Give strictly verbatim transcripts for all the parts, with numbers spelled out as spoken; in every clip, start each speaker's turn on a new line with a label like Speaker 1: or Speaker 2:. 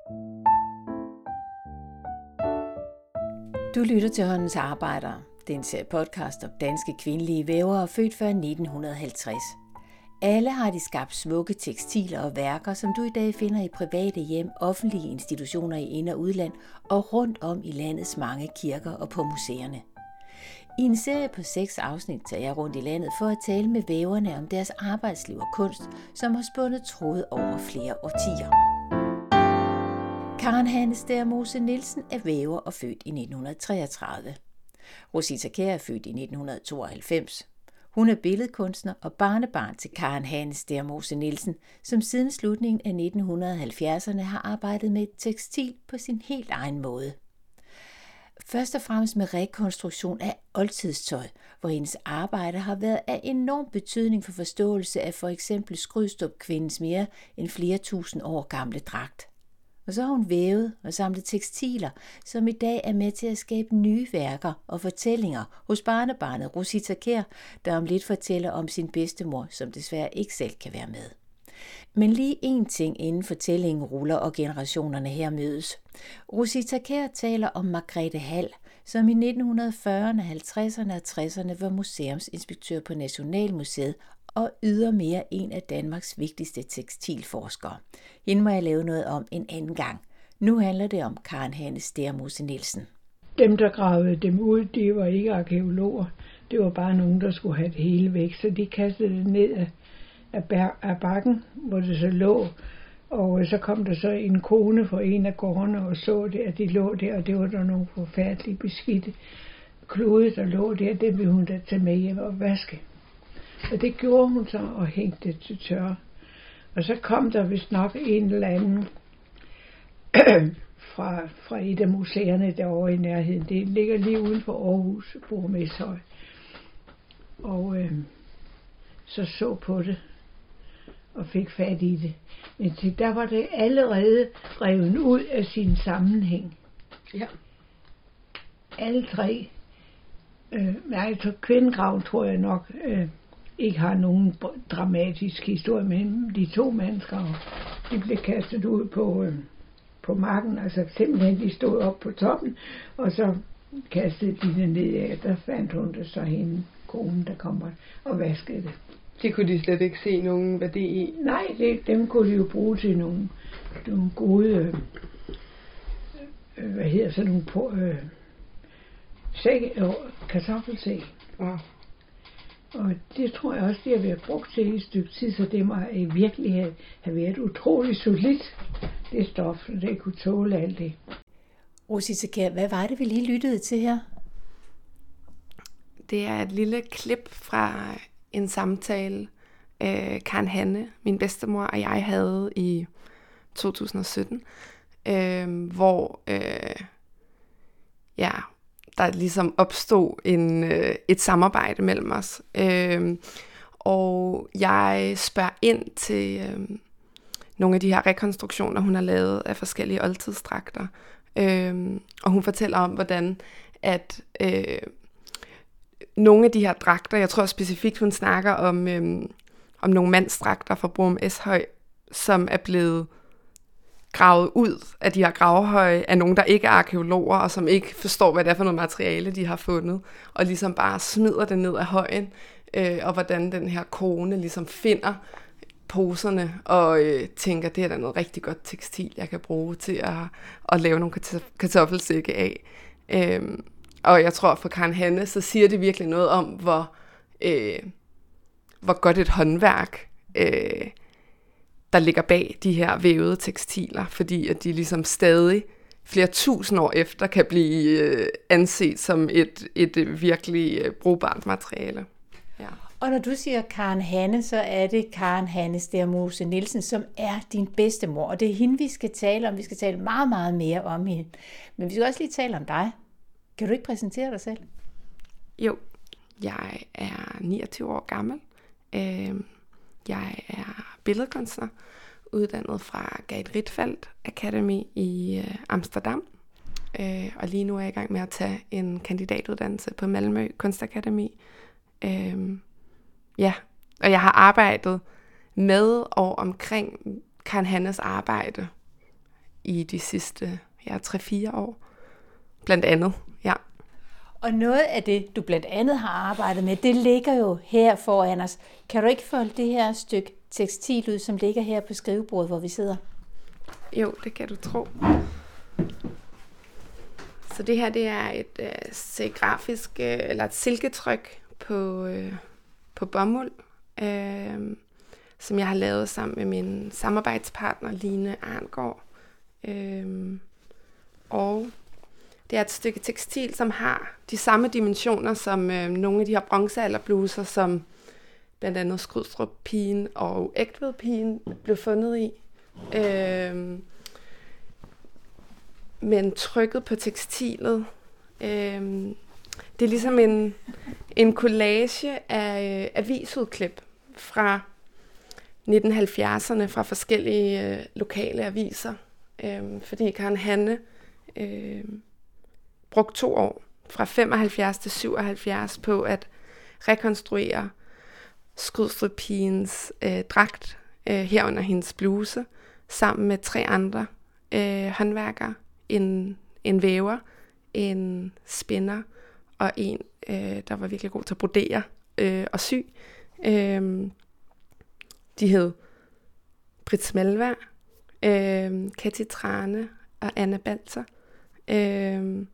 Speaker 1: Du lytter til Håndens Arbejdere. Det er en serie podcast om danske kvindelige vævere født før nitten halvtreds. Alle har de skabt smukke tekstiler og værker, som du i dag finder i private hjem, offentlige institutioner i ind- og udland og rundt om i landets mange kirker og på museerne. I en serie på seks afsnit tager jeg rundt i landet for at tale med væverne om deres arbejdsliv og kunst, som har spundet tråde over flere årtier. Karen Hanne Stæhr Mose Nielsen er væver og født i nitten treogtredive. Rosita Kjær er født i nitten tooghalvfems. Hun er billedkunstner og barnebarn til Karen Hanne Stæhr Mose Nielsen, som siden slutningen af nitten halvfjerdserne har arbejdet med tekstil på sin helt egen måde. Først og fremmest med rekonstruktion af oldtidstøj, hvor hendes arbejde har været af enorm betydning for forståelse af for eksempel Skrydstrup-kvindens mere end flere tusind år gamle dragt. Og så har hun vævet og samlet tekstiler, som i dag er med til at skabe nye værker og fortællinger hos barnebarnet Rosita Kjær, der om lidt fortæller om sin bedstemor, som desværre ikke selv kan være med. Men lige en ting inden fortællingen ruller og generationerne her mødes. Rosita Kjær taler om Margrethe Hald, som i nitten fyrrerne, halvtredserne og tresserne var museumsinspektør på Nationalmuseet og ydermere en af Danmarks vigtigste tekstilforskere. Hende må jeg lave noget om en anden gang. Nu handler det om Karen Hanne Stæhr Mose Nielsen.
Speaker 2: Dem, der gravede dem ud, de var ikke arkæologer. Det var bare nogen, der skulle have det hele væk. Så de kastede det ned af, af, af bakken, hvor det så lå. Og så kom der så en kone fra en af gårdene og så det, at de lå der. Og det var der nogle forfærdelige beskidte klude, der lå der. Det ville hun da tage med hjem og vaske. Og det gjorde hun så og hængte det til tørre. Og så kom der vist nok en eller anden fra, fra et af museerne derovre i nærheden. Det ligger lige uden for Aarhus, Bormeshøj. Og øh, så så på det og fik fat i det. Men til, der var det allerede revet ud af sin sammenhæng.
Speaker 3: Ja.
Speaker 2: Alle tre. Øh, nej, så kvindegraven tror jeg nok øh, ikke har nogen dramatisk historie, men de to mennesker, de blev kastet ud på, øh, på marken, altså simpelthen de stod op på toppen, og så kastede de det nedad, der fandt hun det så hende, konen, der kommer og vaskede det.
Speaker 3: Det kunne de slet ikke se nogen værdi i?
Speaker 2: Nej, det, dem kunne de jo bruge til nogle, nogle gode, øh, hvad hedder så nogle på, øh, sæk, øh, kartoffelsæk.
Speaker 3: Wow.
Speaker 2: Og det tror jeg også, de har været brugt til i et stykke tid, så det må i virkelig have, have været utroligt solidt, det stof, så det kunne tåle alt det.
Speaker 1: Rosita Kjær, hvad var det, vi lige lyttede til her?
Speaker 3: Det er et lille klip fra en samtale, øh, Karen Hanne, min bedstemor og jeg havde i to tusind og sytten, øh, hvor øh, ja, der ligesom opstod en, øh, et samarbejde mellem os. Øh, og jeg spørger ind til øh, nogle af de her rekonstruktioner, hun har lavet af forskellige oldtidsdragter. Øh, og hun fortæller om, hvordan at øh, nogle af de her dragter, jeg tror specifikt, hun snakker om, øh, om nogle mandsdragter fra Bormeshøj, som er blevet gravet ud af de her gravhøje af nogen, der ikke er arkæologer, og som ikke forstår, hvad det er for noget materiale, de har fundet, og ligesom bare smider det ned af højen, øh, og hvordan den her kone ligesom finder poserne, og øh, tænker, det er da noget rigtig godt tekstil, jeg kan bruge til at, at lave nogle kartoffelsække af. Øh, og jeg tror, for Karen Hanne, så siger det virkelig noget om, hvor, øh, hvor godt et håndværk øh, der ligger bag de her vævede tekstiler, fordi at de ligesom stadig flere tusind år efter kan blive øh, anset som et, et virkelig øh, brugbart materiale. Ja.
Speaker 1: Og når du siger Karen Hanne, så er det Karen Hanne Stæhr Mose Nielsen, som er din bedstemor, og det er hende, vi skal tale om. Vi skal tale meget, meget mere om hende. Men vi skal også lige tale om dig. Kan du ikke præsentere dig selv?
Speaker 3: Jo, jeg er niogtyve år gammel. Øh, jeg er billedkunstner, uddannet fra Gert Rietveld Academy i øh, Amsterdam. Øh, og lige nu er jeg i gang med at tage en kandidatuddannelse på Malmø Kunstakademi. Øh, ja, og jeg har arbejdet med og omkring Karen Hannes arbejde i de sidste ja, tre fire år. Blandt andet, ja.
Speaker 1: Og noget af det, du blandt andet har arbejdet med, det ligger jo her foran os. Kan du ikke folde det her stykke tekstil ud, som ligger her på skrivebordet, hvor vi sidder?
Speaker 3: Jo, det kan du tro. Så det her, det er et øh, serigrafisk, øh, eller et silketryk på, øh, på bomuld, øh, som jeg har lavet sammen med min samarbejdspartner, Line Arngaard. Øh, og det er et stykke tekstil, som har de samme dimensioner som øh, nogle af de her bronzealderbluser, som blandt andet Skrydstrup-pigen og Egtved-pigen blev fundet i. Øh, men trykket på tekstilet, øh, det er ligesom en, en collage af øh, avisudklip fra nitten halvfjerdserne fra forskellige øh, lokale aviser. Øh, fordi Karen Hanne øh, brugte to år, fra femoghalvfjerds til syvoghalvfjerds, på at rekonstruere Skrydstrup-pigens øh, dragt, øh, herunder hendes bluse, sammen med tre andre øh, håndværkere. En, en væver, en spinner og en, øh, der var virkelig god til at brodere øh, og sy. Øh, de hed Britt Smalvær, øh, Katty Trane og Anna Balzer. Øh,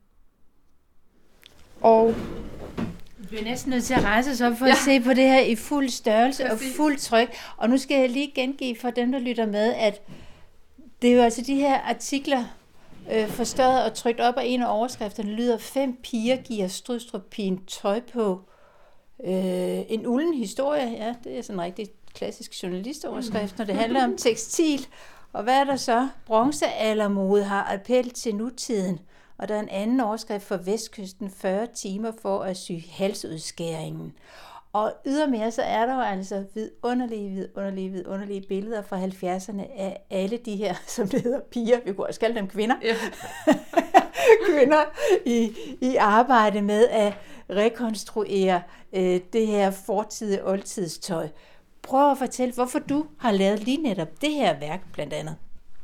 Speaker 3: og
Speaker 1: vi er næsten nødt til at rejse os op for
Speaker 3: ja.
Speaker 1: at se på det her i fuld størrelse
Speaker 3: Præcis.
Speaker 1: og fuld tryk. Og nu skal jeg lige gengive for dem, der lytter med, at det er jo altså de her artikler, øh, forstørret og trykt op, og en af overskrifterne lyder: Fem piger giver Skrydstrup-pigen tøj på. Øh, en ulden historie, ja, det er sådan en rigtig klassisk journalistoverskrift, når det handler om tekstil. Og hvad er der så? Bronzealdermode har appel til nutiden. Og der er en anden overskrift for Vestkysten: fyrre timer for at sy halsudskæringen. Og ydermere så er der jo altså vidunderlige, vidunderlige, vidunderlige billeder fra halvfjerdserne af alle de her, som det hedder, piger. Vi kunne også kalde dem kvinder. Ja. Kvinder i, i arbejde med at rekonstruere øh, det her fortidige oldtidstøj. Prøv at fortælle, hvorfor du har lavet lige netop det her værk, blandt andet.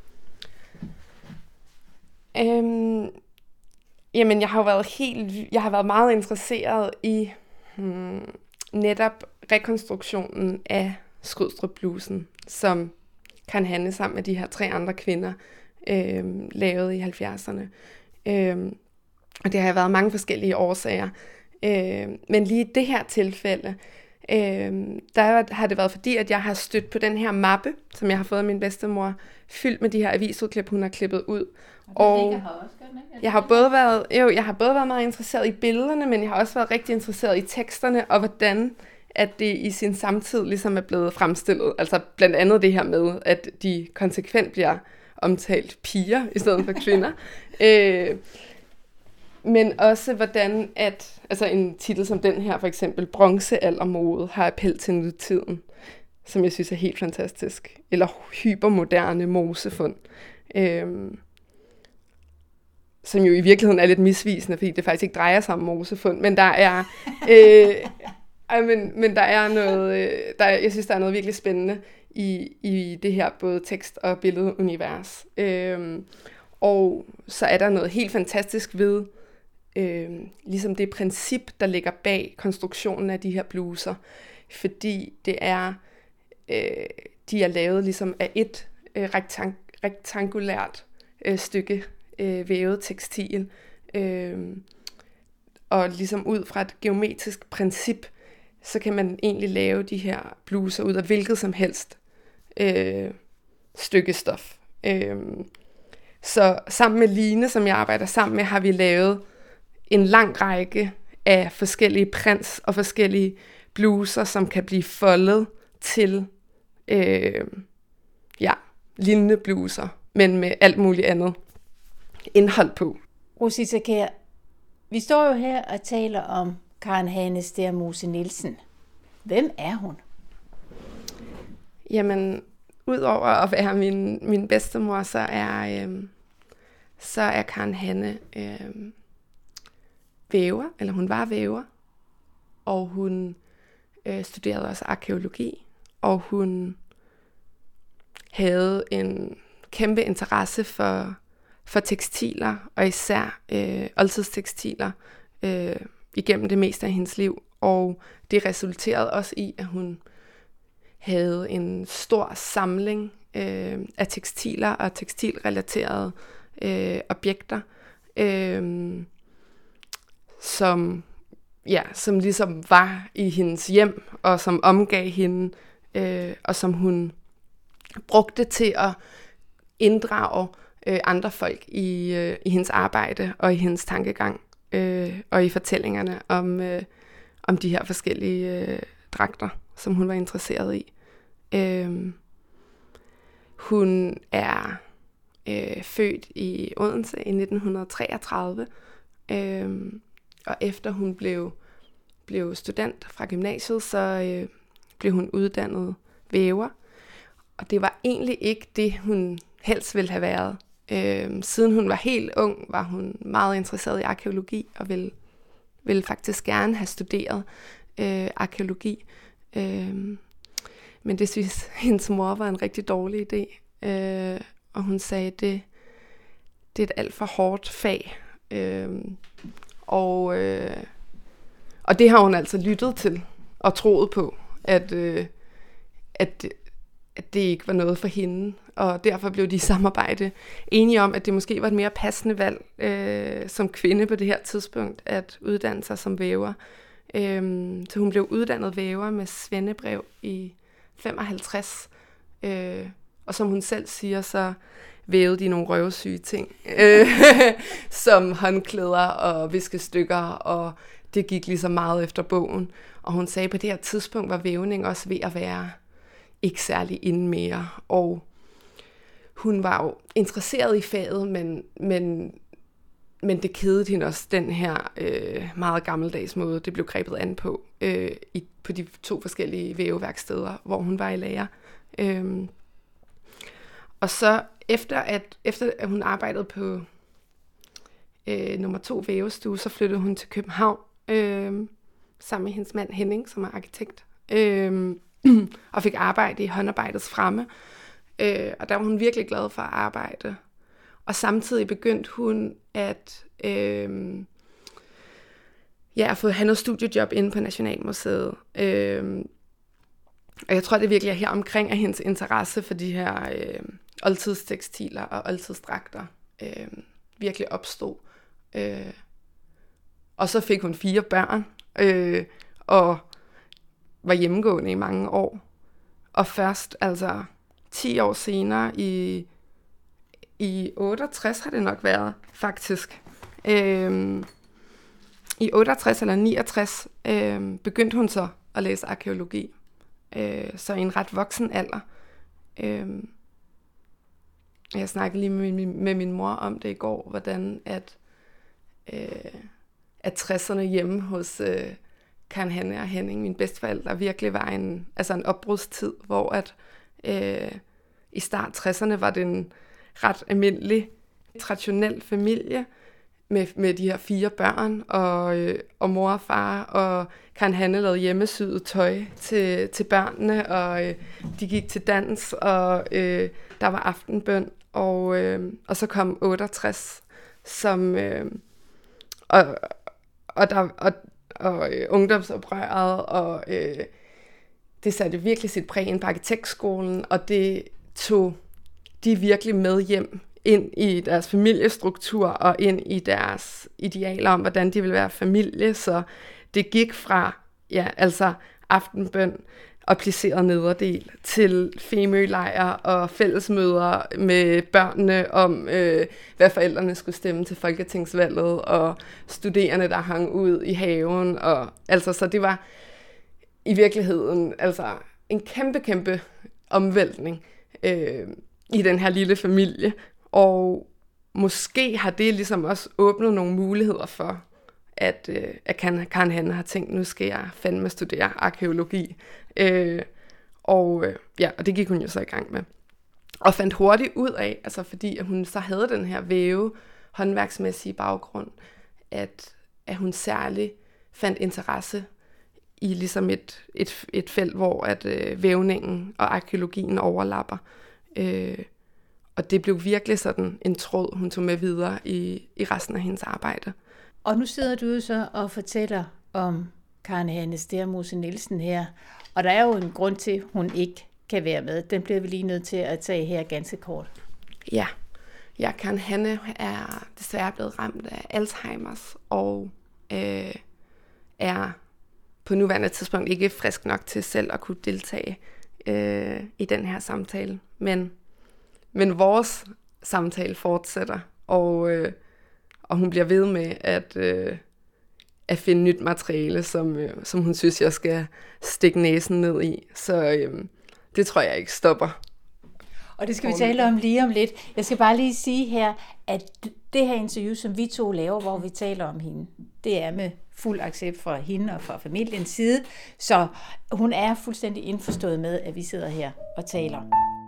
Speaker 3: Øhm, jamen, jeg har jo været helt, jeg har været meget interesseret i hmm, netop rekonstruktionen af Skrydstrup-blusen, som Karen Hanne sammen med de her tre andre kvinder øhm, lavede i halvfjerdserne. Øhm, og det har været mange forskellige årsager. Øhm, men lige i det her tilfælde, øhm, der har det været fordi, at jeg har stødt på den her mappe, som jeg har fået af min bedstemor, fyldt med de her avisudklip, hun har klippet ud. Og, og jeg har både været, jo, jeg har både været meget interesseret i billederne, men jeg har også været rigtig interesseret i teksterne, og hvordan at det i sin samtid ligesom er blevet fremstillet. Altså blandt andet det her med, at de konsekvent bliver omtalt piger i stedet for kvinder. øh, men også hvordan at, altså en titel som den her, for eksempel Bronzealdermode, har appel til nutiden, som jeg synes er helt fantastisk. Eller hypermoderne mosefund. Øh, som jo i virkeligheden er lidt misvisende, fordi det faktisk ikke drejer sig om mosefund, men der er, øh, øh, men, men der er noget, øh, der, jeg synes, der er noget virkelig spændende i, i det her både tekst- og billedunivers. Øh, og så er der noget helt fantastisk ved, øh, ligesom det princip, der ligger bag konstruktionen af de her bluser, fordi det er, øh, de er lavet ligesom af et øh, rektang- rektangulært øh, stykke Øh, vævet tekstil, øh, og ligesom ud fra et geometrisk princip, så kan man egentlig lave de her bluser ud af hvilket som helst øh, stykke stof. Øh, så sammen med Line, som jeg arbejder sammen med, har vi lavet en lang række af forskellige prints og forskellige bluser, som kan blive foldet til øh, ja, lignende bluser, men med alt muligt andet indhold på.
Speaker 1: Rosita Kjær, vi står jo her og taler om Karen Hanne Stæhr-Mose Nielsen. Hvem er hun?
Speaker 3: Jamen, udover at være min, min bedstemor, så er, øh, så er Karen Hanne øh, væver, eller hun var væver, og hun øh, studerede også arkæologi, og hun havde en kæmpe interesse for, for tekstiler, og især øh, oldtidstekstiler, øh, igennem det meste af hendes liv. Og det resulterede også i, at hun havde en stor samling øh, af tekstiler og tekstilrelaterede øh, objekter, øh, som, ja, som ligesom var i hendes hjem, og som omgav hende, øh, og som hun brugte til at inddrage øh, andre folk i, øh, i hendes arbejde og i hendes tankegang, øh, og i fortællingerne om, øh, om de her forskellige øh, dragter, som hun var interesseret i. Øh, hun er øh, født i Odense i nitten treogtredive, øh, og efter hun blev, blev student fra gymnasiet, så øh, blev hun uddannet væver. Og det var egentlig ikke det, hun helst ville have været. Øh, siden hun var helt ung, var hun meget interesseret i arkæologi, og ville, ville faktisk gerne have studeret øh, arkæologi. Øh, men det synes hendes mor var en rigtig dårlig idé. Øh, og hun sagde, det, det er et alt for hårdt fag. Øh, og, øh, og det har hun altså lyttet til og troet på, at, øh, at, at det ikke var noget for hende. Og derfor blev de i samarbejde enige om, at det måske var et mere passende valg øh, som kvinde på det her tidspunkt, at uddanne sig som væver. Øh, så hun blev uddannet væver med svendebrev i femoghalvtreds. Øh, og som hun selv siger, så vævede de nogle røvsyge ting, øh, som håndklæder og viskestykker, og det gik ligesom meget efter bogen. Og hun sagde, at på det her tidspunkt var vævning også ved at være ikke særlig inde mere. Og hun var jo interesseret i faget, men, men, men det kedede hende også, den her øh, meget gammeldags måde, det blev grebet an på, øh, i, på de to forskellige væveværksteder, hvor hun var i lære. Øh, og så efter at, efter at hun arbejdede på øh, nummer to vævestue, så flyttede hun til København øh, sammen med hendes mand Henning, som er arkitekt, øh, og fik arbejde i håndarbejdets fremme. Øh, og der var hun virkelig glad for at arbejde. Og samtidig begyndte hun at øh, ja, at få have noget studiejob inde på Nationalmuseet. Øh, og jeg tror, det virkelig er her omkring, at hendes interesse for de her øh, oldtidstekstiler og oldtidsdragter øh, virkelig opstod. Øh, og så fik hun fire børn, øh, og var hjemmegående i mange år. Og først, altså ti år senere, i, i otteogtres har det nok været, faktisk. Øh, I otteogtres eller niogtres øh, begyndte hun så at læse arkæologi. Øh, så i en ret voksen alder. Øh, jeg snakkede lige med min, med min mor om det i går, hvordan at, øh, at tresserne hjemme hos øh, Karen Hanne og Henning, mine bedsteforældre, virkelig var en, altså en opbrudstid, hvor at øh, i start tresserne var det en ret almindelig, traditionel familie, med, med de her fire børn, og, øh, og mor og far, og Karen Hanne lavede hjemmesyet tøj til, til børnene, og øh, de gik til dans, og øh, der var aftenbøn, og, øh, og så kom otteogtres, som, øh, og, og, der, og, og øh, ungdomsoprøret, og øh, det satte virkelig sit præg ind på arkitektskolen, og det tog de virkelig med hjem ind i deres familiestruktur og ind i deres idealer om, hvordan de vil være familie. Så det gik fra, ja, altså aftenbøn og pliceret nederdel til Femølejr og fællesmøder med børnene om, øh, hvad forældrene skulle stemme til folketingsvalget, og studerende, der hang ud i haven. Og, altså, så det var i virkeligheden altså en kæmpe, kæmpe omvæltning øh, i den her lille familie. Og måske har det ligesom også åbnet nogle muligheder for, at, øh, at Karen Hanne har tænkt, nu skal jeg fandme studere arkæologi. Øh, og, øh, ja, og det gik hun jo så i gang med. Og fandt hurtigt ud af, altså fordi at hun så havde den her væve håndværksmæssige baggrund, at, at hun særligt fandt interesse i ligesom et, et, et felt, hvor at øh, vævningen og arkæologien overlapper. Øh, og det blev virkelig sådan en tråd, hun tog med videre i, i resten af hendes arbejde.
Speaker 1: Og nu sidder du så og fortæller om Karen Hanne Stermose Nielsen her, og der er jo en grund til, at hun ikke kan være med. Den bliver vi lige nødt til at tage her ganske kort.
Speaker 3: Ja, ja, Karen Hanne er desværre blevet ramt af Alzheimers, og øh, er på nuværende tidspunkt ikke frisk nok til selv at kunne deltage øh, i den her samtale. Men, men vores samtale fortsætter, og, øh, og hun bliver ved med at, øh, at finde nyt materiale, som, øh, som hun synes, jeg skal stikke næsen ned i. Så øh, det tror jeg ikke stopper.
Speaker 1: Og det skal vi tale om lige om lidt. Jeg skal bare lige sige her, at det her interview, som vi to laver, hvor vi taler om hende, det er med fuld accept fra hende og fra familiens side. Så hun er fuldstændig indforstået med, at vi sidder her og taler.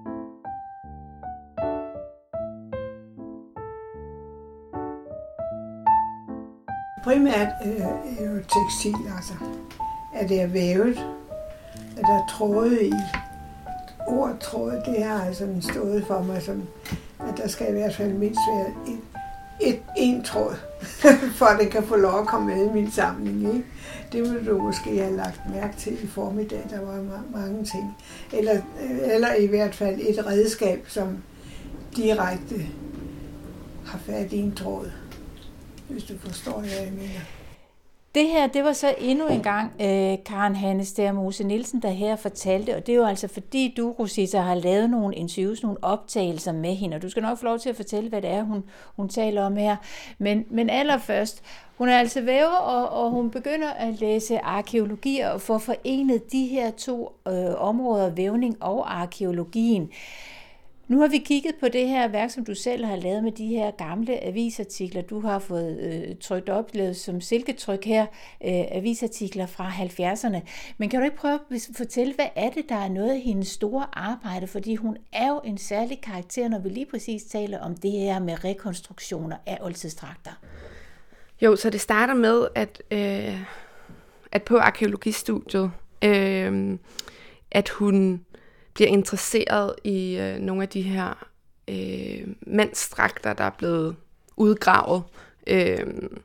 Speaker 2: Primært øh, er jo tekstil, altså. At det er vævet, at der er tråde i. Ordet tråd, det har altså stået for mig som, at der skal i hvert fald mindst være et, et, en tråd, for at det kan få lov at komme med i min samling. Ikke? Det ville du måske have lagt mærke til i formiddag, der var ma- mange ting. Eller, eller i hvert fald et redskab, som direkte har fat i en tråd, hvis du forstår, hvad jeg mener.
Speaker 1: Det her, det var så endnu en gang øh, Karen Hanne Stermose Nielsen, der her fortalte, og det er jo altså fordi du, Rosita, har lavet nogle interviews, nogle optagelser med hende, og du skal nok få lov til at fortælle, hvad det er, hun, hun taler om her. Men, men allerførst, hun er altså væver, og, og hun begynder at læse arkæologi og få forenet de her to øh, områder, vævning og arkæologien. Nu har vi kigget på det her værk, som du selv har lavet med de her gamle avisartikler. Du har fået øh, trykt op, lavet som silketryk her, øh, avisartikler fra halvfjerdserne. Men kan du ikke prøve at fortælle, hvad er det, der er noget af hendes store arbejde? Fordi hun er jo en særlig karakter, når vi lige præcis taler om det her med rekonstruktioner af oldtidsdragter.
Speaker 3: Jo, så det starter med, at, øh, at på arkæologistudiet, øh, at hun bliver interesseret i øh, nogle af de her øh, mandsdragter, der er blevet udgravet øh,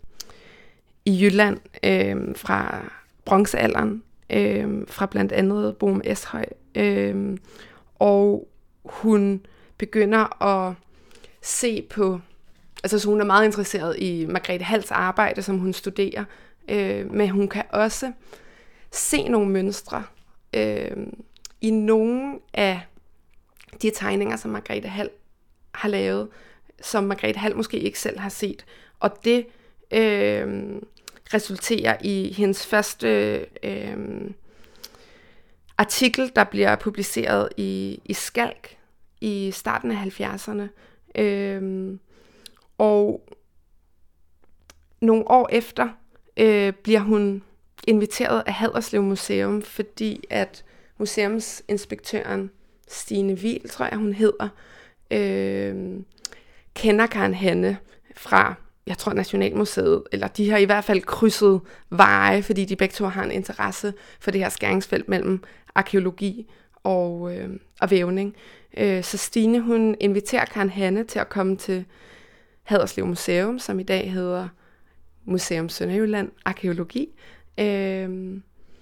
Speaker 3: i Jylland øh, fra bronzealderen, øh, fra blandt andet Boum Eshøj. Øh, og hun begynder at se på, altså så hun er meget interesseret i Margrethe Halls arbejde, som hun studerer, øh, men hun kan også se nogle mønstre, øh, i nogle af de tegninger, som Margrethe Hall har lavet, som Margrethe Hall måske ikke selv har set. Og det øh, resulterer i hendes første øh, artikel, der bliver publiceret i, i Skalk i starten af halvfjerdserne. Øh, og nogle år efter øh, bliver hun inviteret af Haderslev Museum, fordi at museumsinspektøren Stine Wiel, tror jeg hun hedder, øh, kender Karen Hanne fra, jeg tror Nationalmuseet, eller de har i hvert fald krydset veje, fordi de begge to har en interesse for det her skæringsfelt mellem arkæologi og, øh, og vævning. Øh, så Stine, hun inviterer Karen Hanne til at komme til Haderslev Museum, som i dag hedder Museum Sønderjylland Arkæologi, øh,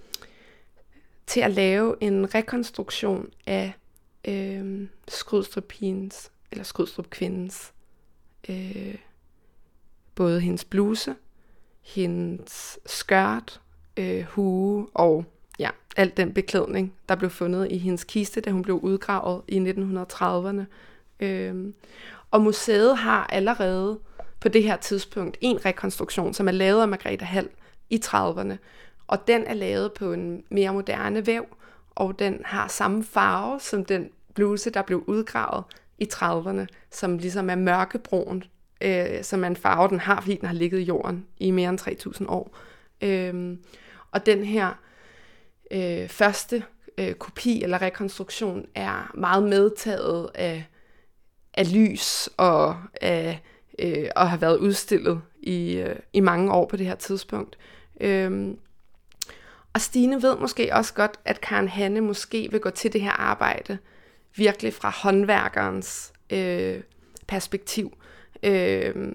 Speaker 3: til at lave en rekonstruktion af øh, Skrydstrup-pigens, eller Skrydstrup-kvindens, øh, både hendes bluse, hendes skørt, øh, hue og ja, alt den beklædning, der blev fundet i hendes kiste, da hun blev udgravet i nitten trediverne. Øh, og museet har allerede på det her tidspunkt en rekonstruktion, som er lavet af Margrethe Hall i trediverne, og den er lavet på en mere moderne væv, og den har samme farve som den bluse, der blev udgravet i trediverne, som ligesom er mørkebrun, øh, som er en farve, den har, fordi den har ligget i jorden i mere end tre tusind år. Øh, og den her øh, første øh, kopi eller rekonstruktion er meget medtaget af, af lys og af øh, og har været udstillet i, øh, i mange år på det her tidspunkt. Øh, Og Stine ved måske også godt, at Karen Hanne måske vil gå til det her arbejde virkelig fra håndværkerens øh, perspektiv. Øh,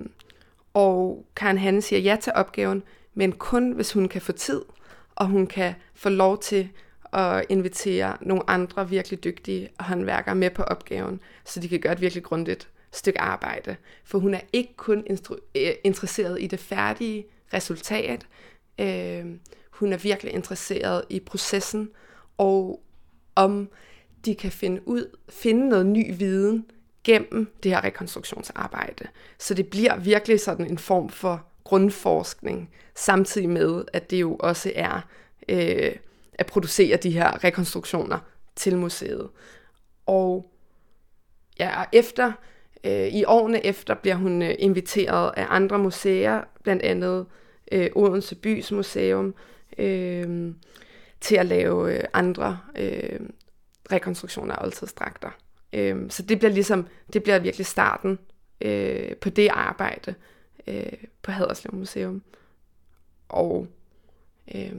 Speaker 3: og Karen Hanne siger ja til opgaven, men kun hvis hun kan få tid, og hun kan få lov til at invitere nogle andre virkelig dygtige håndværkere med på opgaven, så de kan gøre et virkelig grundigt stykke arbejde. For hun er ikke kun instru- interesseret i det færdige resultat, øh, hun er virkelig interesseret i processen, og om de kan finde ud, finde noget ny viden gennem det her rekonstruktionsarbejde. Så det bliver virkelig sådan en form for grundforskning, samtidig med, at det jo også er øh, at producere de her rekonstruktioner til museet. Og ja, efter, øh, i årene efter bliver hun øh, inviteret af andre museer, blandt andet øh, Odense Bys Museum, øh, til at lave øh, andre øh, rekonstruktioner af oldtidsdragter. Øh, så det bliver ligesom, det bliver virkelig starten øh, på det arbejde øh, på Haderslev Museum. Og øh,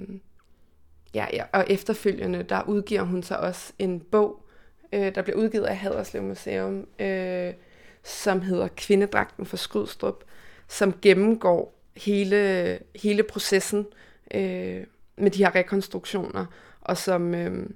Speaker 3: ja, ja, og efterfølgende, der udgiver hun så også en bog, øh, der bliver udgivet af Haderslev Museum, øh, som hedder Kvindedragten for Skrydstrup, som gennemgår hele, hele processen øh, med de her rekonstruktioner, og som, øh,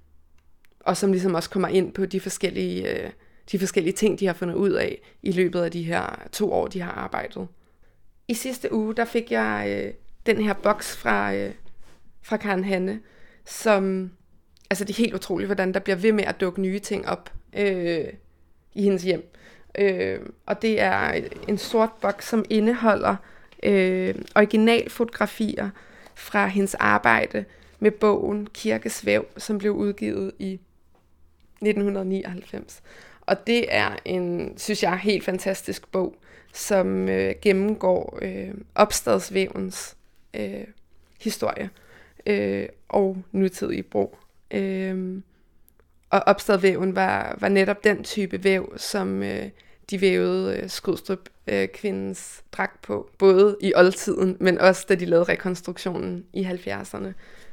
Speaker 3: og som ligesom også kommer ind på de forskellige, øh, de forskellige ting, de har fundet ud af i løbet af de her to år, de har arbejdet. I sidste uge, der fik jeg øh, den her boks fra, øh, fra Karen Hanne, som, altså det er helt utroligt, hvordan der bliver ved med at dukke nye ting op øh, i hendes hjem. Øh, og det er en sort boks, som indeholder øh, originalfotografier fra hendes arbejde med bogen Kirkesvæv, som blev udgivet i nitten nioghalvfems. Og det er en, synes jeg, helt fantastisk bog, som øh, gennemgår øh, opstadsvævens øh, historie øh, og nutidige brug. Øh, og opstadsvæven var, var netop den type væv, som øh, de vævede øh, Skrydstrup øh, kvindens dragt på, både i oldtiden, men også da de lavede rekonstruktionen i halvfjerdserne.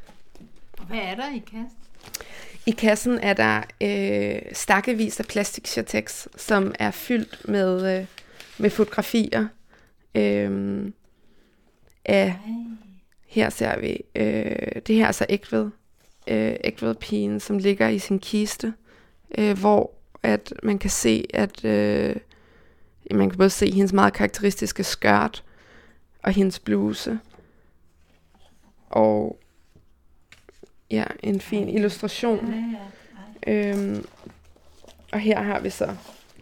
Speaker 1: Hvad er der i kassen?
Speaker 3: I kassen er der øh, stakkevis af plastikchartex, som er fyldt med, øh, med fotografier øh, af, her ser vi, øh, det her er så Egtved, øh, Egtved-pigen, som ligger i sin kiste, øh, hvor at man kan se, at øh, man kan både se hendes meget karakteristiske skørt og hendes bluse, og ja, en fin illustration. Øhm, og her har vi så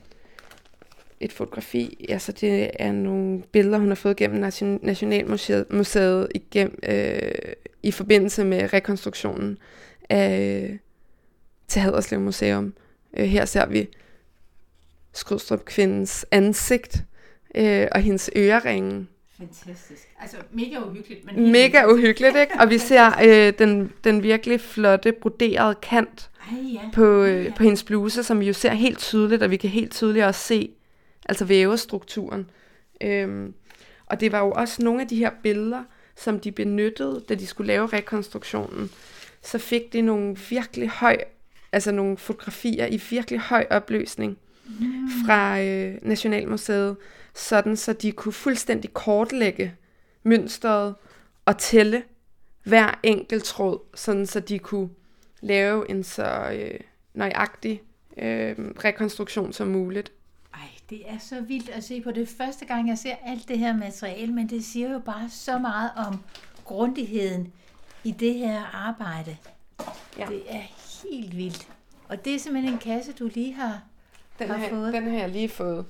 Speaker 3: et fotografi. Altså det er nogle billeder, hun har fået gennem Nationalmuseet igennem, øh, i forbindelse med rekonstruktionen af, til Haderslev Museum. Øh, her ser vi Skrydstrup kvindens ansigt øh, og hendes øreringe.
Speaker 1: Fantastisk. Altså mega uhyggeligt. Men
Speaker 3: mega uhyggeligt, ikke? Og vi ser øh, den, den virkelig flotte, broderede kant
Speaker 1: Ej, ja.
Speaker 3: på, øh,
Speaker 1: Ej, ja.
Speaker 3: på hendes bluse, som vi jo ser helt tydeligt, og vi kan helt tydeligt også se altså vævestrukturen. Øhm, og det var jo også nogle af de her billeder, som de benyttede, da de skulle lave rekonstruktionen. Så fik de nogle virkelig høj, altså nogle fotografier i virkelig høj opløsning mm. fra øh, Nationalmuseet, sådan så de kunne fuldstændig kortlægge mønstret og tælle hver enkelt tråd, sådan så de kunne lave en så øh, nøjagtig øh, rekonstruktion som muligt.
Speaker 1: Ej, det er så vildt at se på. Det første gang, jeg ser alt det her materiale, men det siger jo bare så meget om grundigheden i det her arbejde. Ja. Det er helt vildt. Og det er simpelthen en kasse, du lige har,
Speaker 3: den
Speaker 1: har
Speaker 3: her,
Speaker 1: fået.
Speaker 3: Den har jeg lige fået.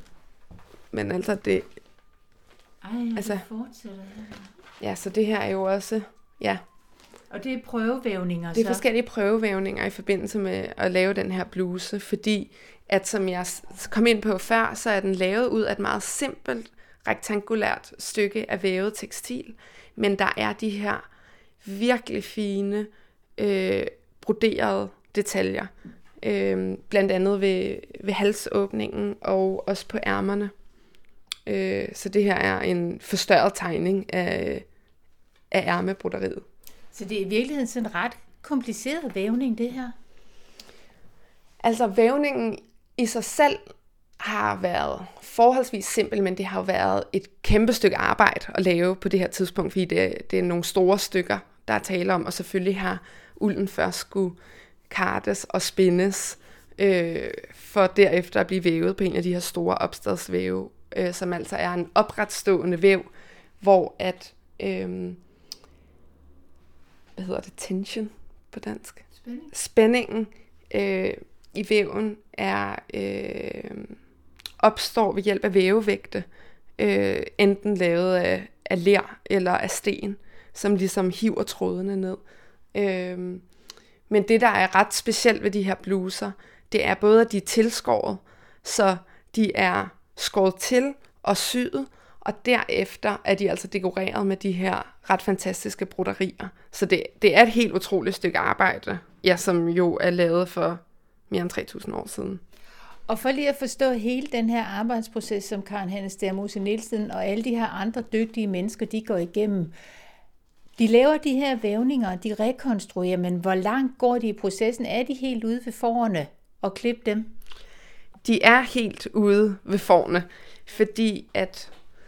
Speaker 3: Men altså det...
Speaker 1: Ej,
Speaker 3: altså,
Speaker 1: det fortsætter her.
Speaker 3: Ja, så det her er jo også... Ja.
Speaker 1: Og det er prøvevævninger,
Speaker 3: Det er
Speaker 1: så?
Speaker 3: forskellige prøvevævninger i forbindelse med at lave den her bluse, fordi at som jeg kom ind på før, så er den lavet ud af et meget simpelt, rektangulært stykke af vævet tekstil, men der er de her virkelig fine, øh, broderede detaljer, øh, blandt andet ved, ved halsåbningen og også på ærmerne. Øh, så det her er en forstørret tegning af, af ærmebroderiet.
Speaker 1: Så det er i virkeligheden sådan en ret kompliceret vævning, det her?
Speaker 3: Altså vævningen i sig selv har været forholdsvis simpel, men det har jo været et kæmpe stykke arbejde at lave på det her tidspunkt, fordi det, det er nogle store stykker, der er tale om, og selvfølgelig har ulden først skulle kartes og spindes, øh, for derefter at blive vævet på en af de her store opstadsvæve, øh, som altså er en opretstående væv, hvor at, øh, hvad hedder det, tension på dansk?
Speaker 1: Spænding.
Speaker 3: Spændingen øh, i væven er øh, opstår ved hjælp af vævevægte, øh, enten lavet af, af ler eller af sten, som ligesom hiver trådene ned. Øh, men det, der er ret specielt ved de her bluser, det er både, at de er tilskåret, så de er skåret til og syet, og derefter er de altså dekoreret med de her ret fantastiske broderier. Så det, det er et helt utroligt stykke arbejde, ja, som jo er lavet for mere end tre tusind år siden.
Speaker 1: Og for lige at forstå hele den her arbejdsproces, som Karen Hanne Stæhr Mose Nielsen og alle de her andre dygtige mennesker, de går igennem. De laver de her vævninger, de rekonstruerer, men hvor langt går de i processen? Er de helt ude ved fårene og klip dem?
Speaker 3: De er helt ude ved fårene, fordi at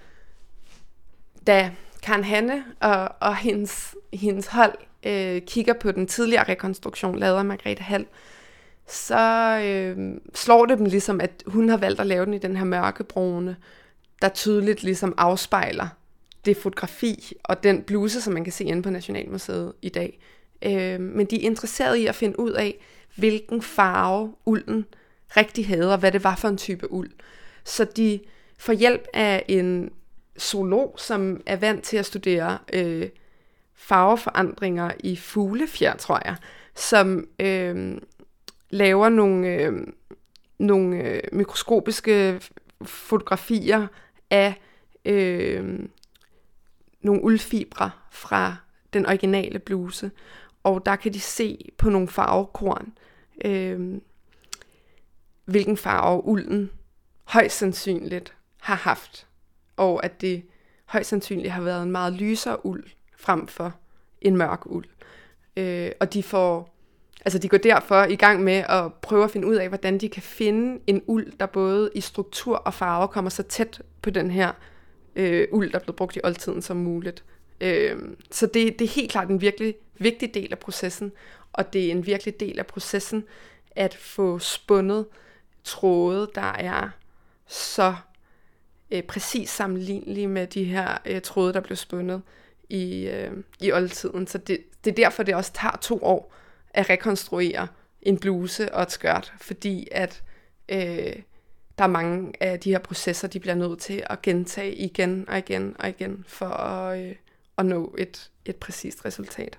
Speaker 3: da Karen Hanne og, og hendes, hendes hold øh, kigger på den tidligere rekonstruktion, lavet af Margrethe Hald, så øh, slår det dem ligesom, at hun har valgt at lave den i den her mørkebrune, der tydeligt ligesom afspejler det fotografi og den bluse, som man kan se inde på Nationalmuseet i dag. Øh, men de er interesserede i at finde ud af, hvilken farve ulden rigtig havde, og hvad det var for en type uld. Så de får hjælp af en zoolog, som er vant til at studere øh, farveforandringer i fuglefjer, tror jeg, som øh, laver nogle, øh, nogle øh, mikroskopiske fotografier af øh, nogle uldfibre fra den originale bluse. Og der kan de se på nogle farvekorn, øh, hvilken farve ulden højst sandsynligt har haft, og at det højst sandsynligt har været en meget lysere uld frem for en mørk uld. Øh, og de får, altså de går derfor i gang med at prøve at finde ud af, hvordan de kan finde en uld, der både i struktur og farve kommer så tæt på den her øh, uld, der blev brugt i oldtiden som muligt. Øh, så det, det er helt klart en virkelig vigtig del af processen, og det er en virkelig del af processen at få spundet tråde, der er så øh, præcis sammenlignelige med de her øh, tråde, der blev spundet i, øh, i oldtiden. Så det, det er derfor, det også tager to år at rekonstruere en bluse og et skørt, fordi at øh, der er mange af de her processer, de bliver nødt til at gentage igen og igen og igen, for at, øh, at nå et, et præcist resultat.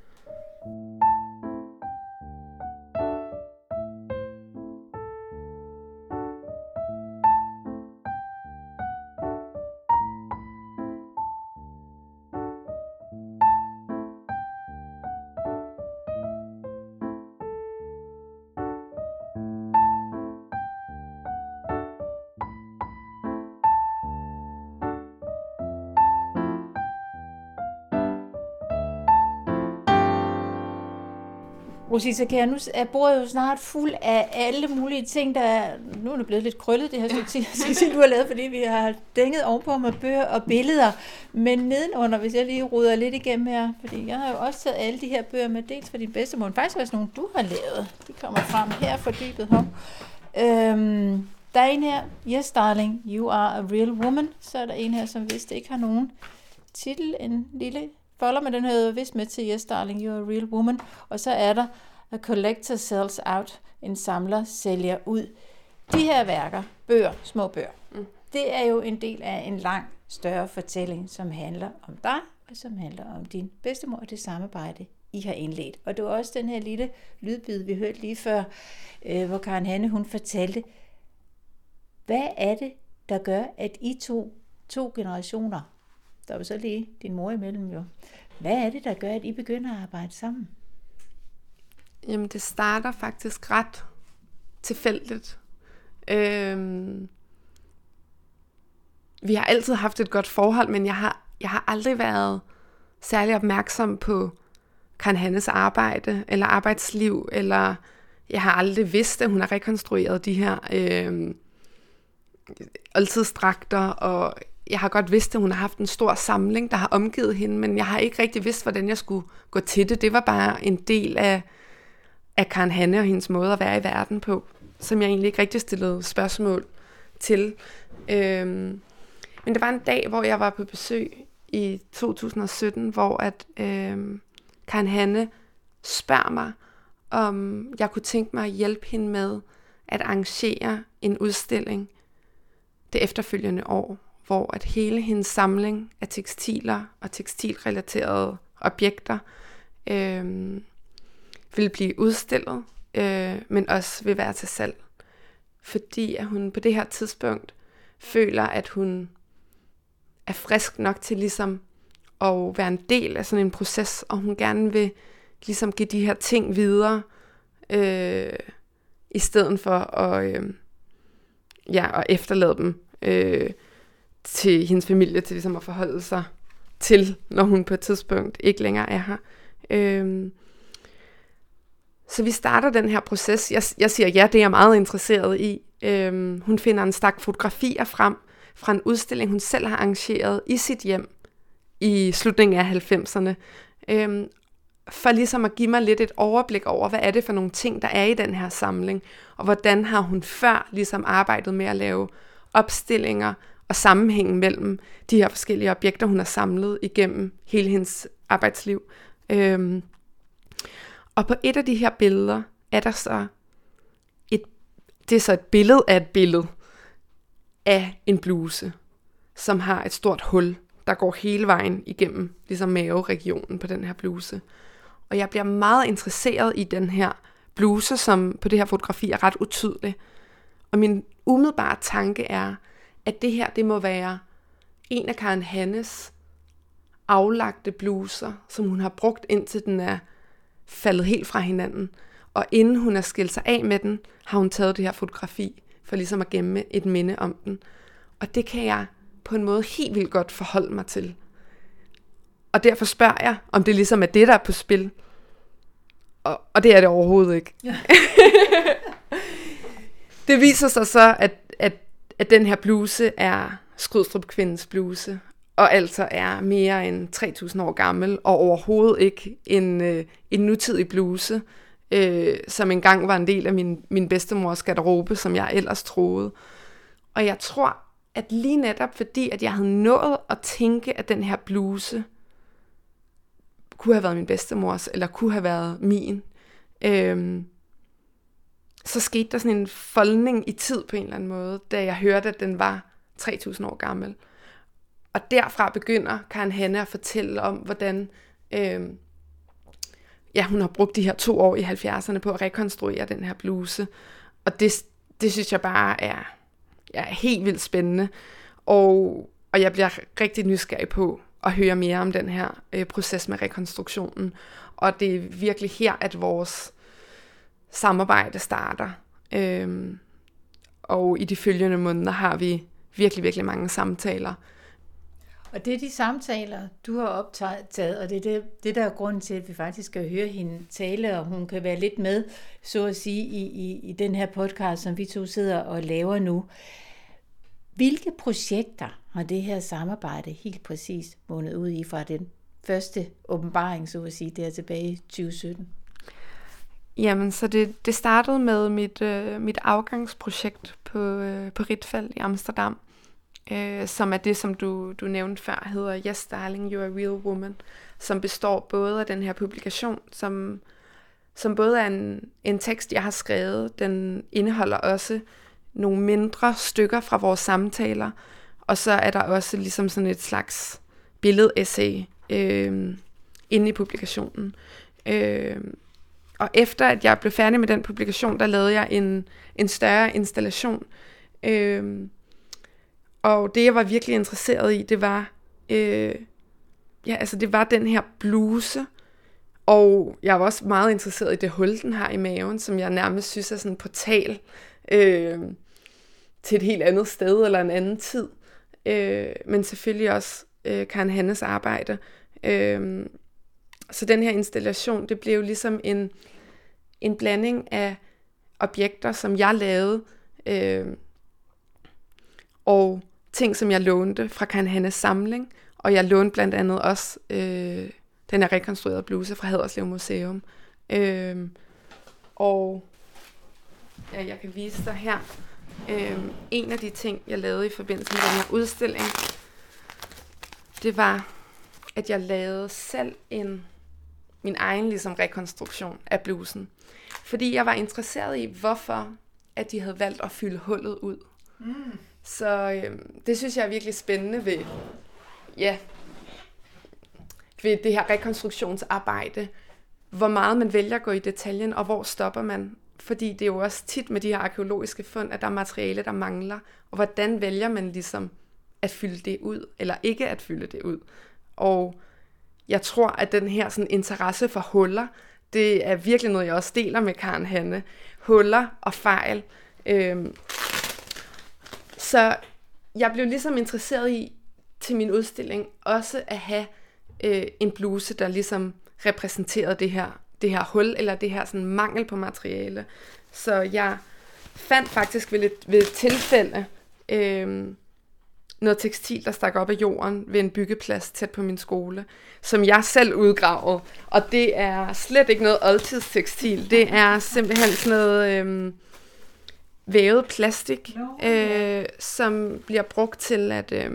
Speaker 1: Rosita Kjær, nu er bordet jo snart fuld af alle mulige ting, der er, nu er det blevet lidt krøllet, det her stykke tid, du har lavet, fordi vi har dænget ovenpå med bøger og billeder. Men nedenunder, hvis jeg lige ruder lidt igennem her, fordi jeg har jo også taget alle de her bøger med, dels for din bedstemor, men faktisk også nogle, du har lavet. De kommer frem her fordybet her. Øhm, der er en her, Yes Darling, You Are a Real Woman. Så er der en her, som vist ikke har nogen titel, en lille folder, men den hedder vist med til Yes Darling, You Are a Real Woman. Og så er der A Collector Sells Out, en samler sælger ud. De her værker, bøger, små bøger, mm. det er jo en del af en lang, større fortælling, som handler om dig, og som handler om din bedstemor og det samarbejde, I har indledt. Og det var også den her lille lydbid, vi hørte lige før, øh, hvor Karen Hanne, hun fortalte, hvad er det, der gør, at I to, to generationer, der var så lige din mor imellem jo, hvad er det, der gør, at I begynder at arbejde sammen?
Speaker 3: Jamen, det starter faktisk ret tilfældigt. Øhm, vi har altid haft et godt forhold, men jeg har, jeg har aldrig været særlig opmærksom på Karen Hannes arbejde, eller arbejdsliv, eller jeg har aldrig vidst, at hun har rekonstrueret de her, øhm, oldtidsdragter, og jeg har godt vidst, at hun har haft en stor samling, der har omgivet hende, men jeg har ikke rigtig vidst, hvordan jeg skulle gå til det. Det var bare en del af, af Karen Hanne og hendes måde at være i verden på, som jeg egentlig ikke rigtig stillede spørgsmål til. Øhm, men der var en dag, hvor jeg var på besøg i to tusind og sytten, hvor at øhm, Karen Hanne spørger mig, om jeg kunne tænke mig at hjælpe hende med at arrangere en udstilling det efterfølgende år, hvor at hele hendes samling af tekstiler og tekstilrelaterede objekter øh, vil blive udstillet, øh, men også vil være til salg. Fordi at hun på det her tidspunkt føler, at hun er frisk nok til ligesom at være en del af sådan en proces, og hun gerne vil ligesom give de her ting videre, øh, i stedet for at, øh, ja, at efterlade dem øh, til hendes familie, til ligesom at forholde sig til, når hun på et tidspunkt ikke længere er her. Øh, så vi starter den her proces. Jeg, jeg siger, ja, det er jeg meget interesseret i. Øh, hun finder en stak fotografier frem fra en udstilling, hun selv har arrangeret i sit hjem i slutningen af halvfemserne. Øh, for ligesom at give mig lidt et overblik over, hvad er det for nogle ting, der er i den her samling, og hvordan har hun før ligesom arbejdet med at lave opstillinger og sammenhængen mellem de her forskellige objekter, hun har samlet igennem hele hendes arbejdsliv. Øhm, og på et af de her billeder er der så et, det er så et billede af et billede af en bluse, som har et stort hul, der går hele vejen igennem ligesom maveregionen på den her bluse. Og jeg bliver meget interesseret i den her bluse, som på det her fotografi er ret utydelig. Og min umiddelbare tanke er, at det her, det må være en af Karen Hannes aflagte bluser, som hun har brugt, indtil den er faldet helt fra hinanden. Og inden hun er skilt sig af med den, har hun taget det her fotografi, for ligesom at gemme et minde om den. Og det kan jeg på en måde helt vildt godt forholde mig til. Og derfor spørger jeg, om det ligesom er det, der er på spil. Og, og det er det overhovedet ikke. Ja. Det viser sig så, at, at, at den her bluse er Skrydstrup kvindens bluse, og altså er mere end tre tusind år gammel, og overhovedet ikke en, øh, en nutidig bluse, øh, som engang var en del af min, min bedstemors garderobe, som jeg ellers troede. Og jeg tror, at lige netop fordi, at jeg havde nået at tænke, at den her bluse kunne have været min bedstemors, eller kunne have været min, øhm, så skete der sådan en foldning i tid på en eller anden måde, da jeg hørte, at den var tre tusind år gammel. Og derfra begynder Karen Hanne at fortælle om, hvordan øhm, ja, hun har brugt de her to år i halvfjerdserne på at rekonstruere den her bluse. Og det, det synes jeg bare er, er helt vildt spændende. Og, og jeg bliver rigtig nysgerrig på at høre mere om den her øh, proces med rekonstruktionen. Og det er virkelig her, at vores samarbejde starter. Øhm, og i de følgende måneder har vi virkelig, virkelig mange samtaler.
Speaker 1: Og det er de samtaler, du har optaget, og det er det, det der er grunden til, at vi faktisk skal høre hende tale, og hun kan være lidt med, så at sige, i, i, i den her podcast, som vi to sidder og laver nu. Hvilke projekter har det her samarbejde helt præcis mundet ud i fra den første åbenbaring, så at sige, der tilbage i tyve sytten?
Speaker 3: Jamen, så det, det startede med mit, øh, mit afgangsprojekt på, øh, på Rietveld i Amsterdam, øh, som er det, som du, du nævnte før, hedder Yes, Darling, You're a Real Woman, som består både af den her publikation, som, som både er en, en tekst, jeg har skrevet, den indeholder også nogle mindre stykker fra vores samtaler, og så er der også ligesom sådan et slags billedessay øh, inde i publikationen. Øh, og efter at jeg blev færdig med den publikation, der lavede jeg en, en større installation. Øh, og det jeg var virkelig interesseret i, det var, øh, ja, altså det var den her bluse, og jeg var også meget interesseret i det hul, den har i maven, som jeg nærmest synes er sådan en portal øh, til et helt andet sted eller en anden tid. Øh, men selvfølgelig også øh, Karen Hannes arbejde. Øh, så den her installation, det blev ligesom en, en blanding af objekter, som jeg lavede, øh, og ting, som jeg lånte fra Karen Hannes samling, og jeg lånte blandt andet også øh, den her rekonstruerede bluse fra Haderslev Museum. Øh, og ja, jeg kan vise dig her. Øh, en af de ting, jeg lavede i forbindelse med den her udstilling, det var, at jeg lavede selv en, min egen ligesom, rekonstruktion af blusen. Fordi jeg var interesseret i, hvorfor at de havde valgt at fylde hullet ud. Mm. Så øh, det synes jeg er virkelig spændende ved, ja, ved det her rekonstruktionsarbejde. Hvor meget man vælger at gå i detaljen, og hvor stopper man. Fordi det er jo også tit med de her arkæologiske fund, at der er materiale, der mangler. Og hvordan vælger man ligesom at fylde det ud, eller ikke at fylde det ud. Og jeg tror, at den her sådan, interesse for huller, det er virkelig noget, jeg også deler med Karen Hanne. Huller og fejl. Øhm. Så jeg blev ligesom interesseret i, til min udstilling, også at have øh, en bluse, der ligesom repræsenterede det her, det her hul, eller det her sådan, mangel på materiale. Så jeg fandt faktisk ved et, ved et tilfælde øh, noget tekstil, der stak op af jorden ved en byggeplads tæt på min skole, som jeg selv udgravede. Og det er slet ikke noget oldtidstekstil. Det er simpelthen sådan noget øh, vævet plastik, øh, som bliver brugt til at øh,